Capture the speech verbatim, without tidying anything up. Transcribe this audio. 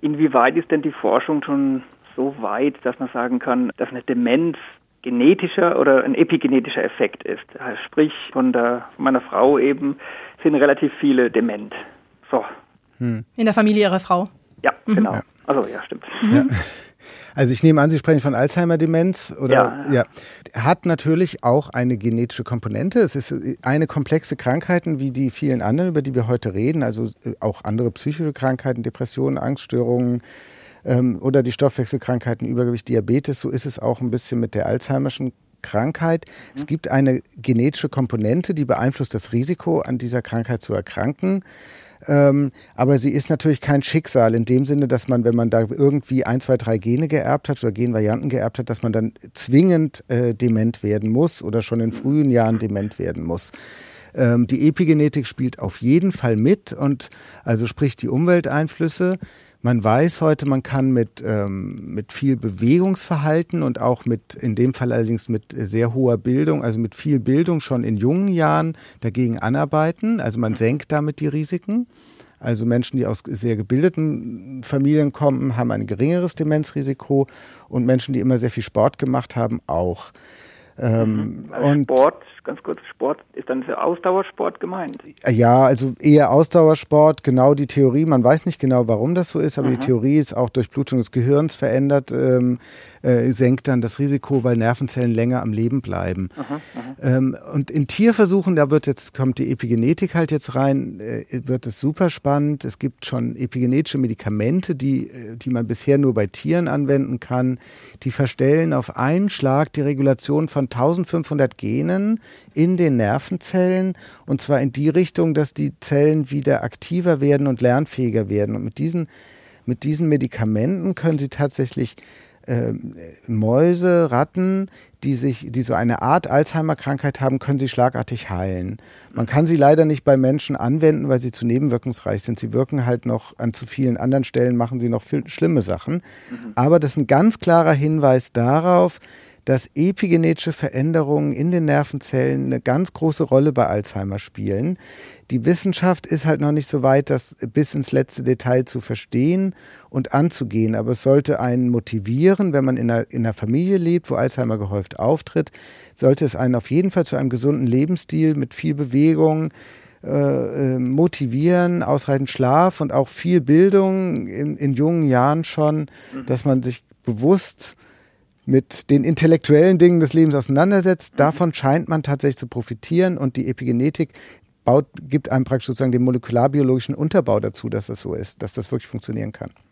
inwieweit ist denn die Forschung schon so weit, dass man sagen kann, dass eine Demenz genetischer oder ein epigenetischer Effekt ist? Sprich, von der, von meiner Frau eben sind relativ viele dement. So. Hm. In der Familie Ihrer Frau? Ja, mhm. genau. Ja. Also ja, stimmt. Ja. Also ich nehme an, Sie sprechen von Alzheimer-Demenz, oder? Ja. Ja. Hat natürlich auch eine genetische Komponente. Es ist eine komplexe Krankheit, wie die vielen anderen, über die wir heute reden, also auch andere psychische Krankheiten, Depressionen, Angststörungen ähm, oder die Stoffwechselkrankheiten, Übergewicht, Diabetes. So ist es auch ein bisschen mit der Alzheimerschen Krankheit. Mhm. Es gibt eine genetische Komponente, die beeinflusst das Risiko, an dieser Krankheit zu erkranken. Ähm, aber sie ist natürlich kein Schicksal in dem Sinne, dass man, wenn man da irgendwie ein, zwei, drei Gene geerbt hat oder Genvarianten geerbt hat, dass man dann zwingend äh, dement werden muss oder schon in frühen Jahren dement werden muss. Ähm, die Epigenetik spielt auf jeden Fall mit, und also sprich die Umwelteinflüsse. Man weiß heute, man kann mit, ähm, mit viel Bewegungsverhalten und auch mit, in dem Fall allerdings mit sehr hoher Bildung, also mit viel Bildung schon in jungen Jahren dagegen anarbeiten. Also man senkt damit die Risiken. Also Menschen, die aus sehr gebildeten Familien kommen, haben ein geringeres Demenzrisiko, und Menschen, die immer sehr viel Sport gemacht haben, auch. Ähm, also und Sport, ganz kurz, Sport ist dann für Ausdauersport gemeint? Ja, also eher Ausdauersport, genau die Theorie. Man weiß nicht genau, warum das so ist, aber mhm. die Theorie ist auch durch Blutung des Gehirns verändert, ähm, äh, senkt dann das Risiko, weil Nervenzellen länger am Leben bleiben. Aha, aha. Ähm, und in Tierversuchen, da wird jetzt, kommt die Epigenetik halt jetzt rein, äh, wird es super spannend. Es gibt schon epigenetische Medikamente, die, die man bisher nur bei Tieren anwenden kann. Die verstellen auf einen Schlag die Regulation von eintausendfünfhundert Genen in den Nervenzellen, und zwar in die Richtung, dass die Zellen wieder aktiver werden und lernfähiger werden. Und mit diesen, mit diesen Medikamenten können sie tatsächlich äh, Mäuse, Ratten, die sich, die so eine Art Alzheimer-Krankheit haben, können sie schlagartig heilen. Man kann sie leider nicht bei Menschen anwenden, weil sie zu nebenwirkungsreich sind. Sie wirken halt noch an zu vielen anderen Stellen, machen sie noch viel schlimme Sachen. Mhm. Aber das ist ein ganz klarer Hinweis darauf, dass epigenetische Veränderungen in den Nervenzellen eine ganz große Rolle bei Alzheimer spielen. Die Wissenschaft ist halt noch nicht so weit, das bis ins letzte Detail zu verstehen und anzugehen. Aber es sollte einen motivieren, wenn man in einer, in einer Familie lebt, wo Alzheimer gehäuft auftritt, sollte es einen auf jeden Fall zu einem gesunden Lebensstil mit viel Bewegung äh, motivieren, ausreichend Schlaf und auch viel Bildung in, in jungen Jahren schon, mhm. dass man sich bewusst mit den intellektuellen Dingen des Lebens auseinandersetzt. Davon scheint man tatsächlich zu profitieren, und die Epigenetik baut, gibt einem praktisch sozusagen den molekularbiologischen Unterbau dazu, dass das so ist, dass das wirklich funktionieren kann.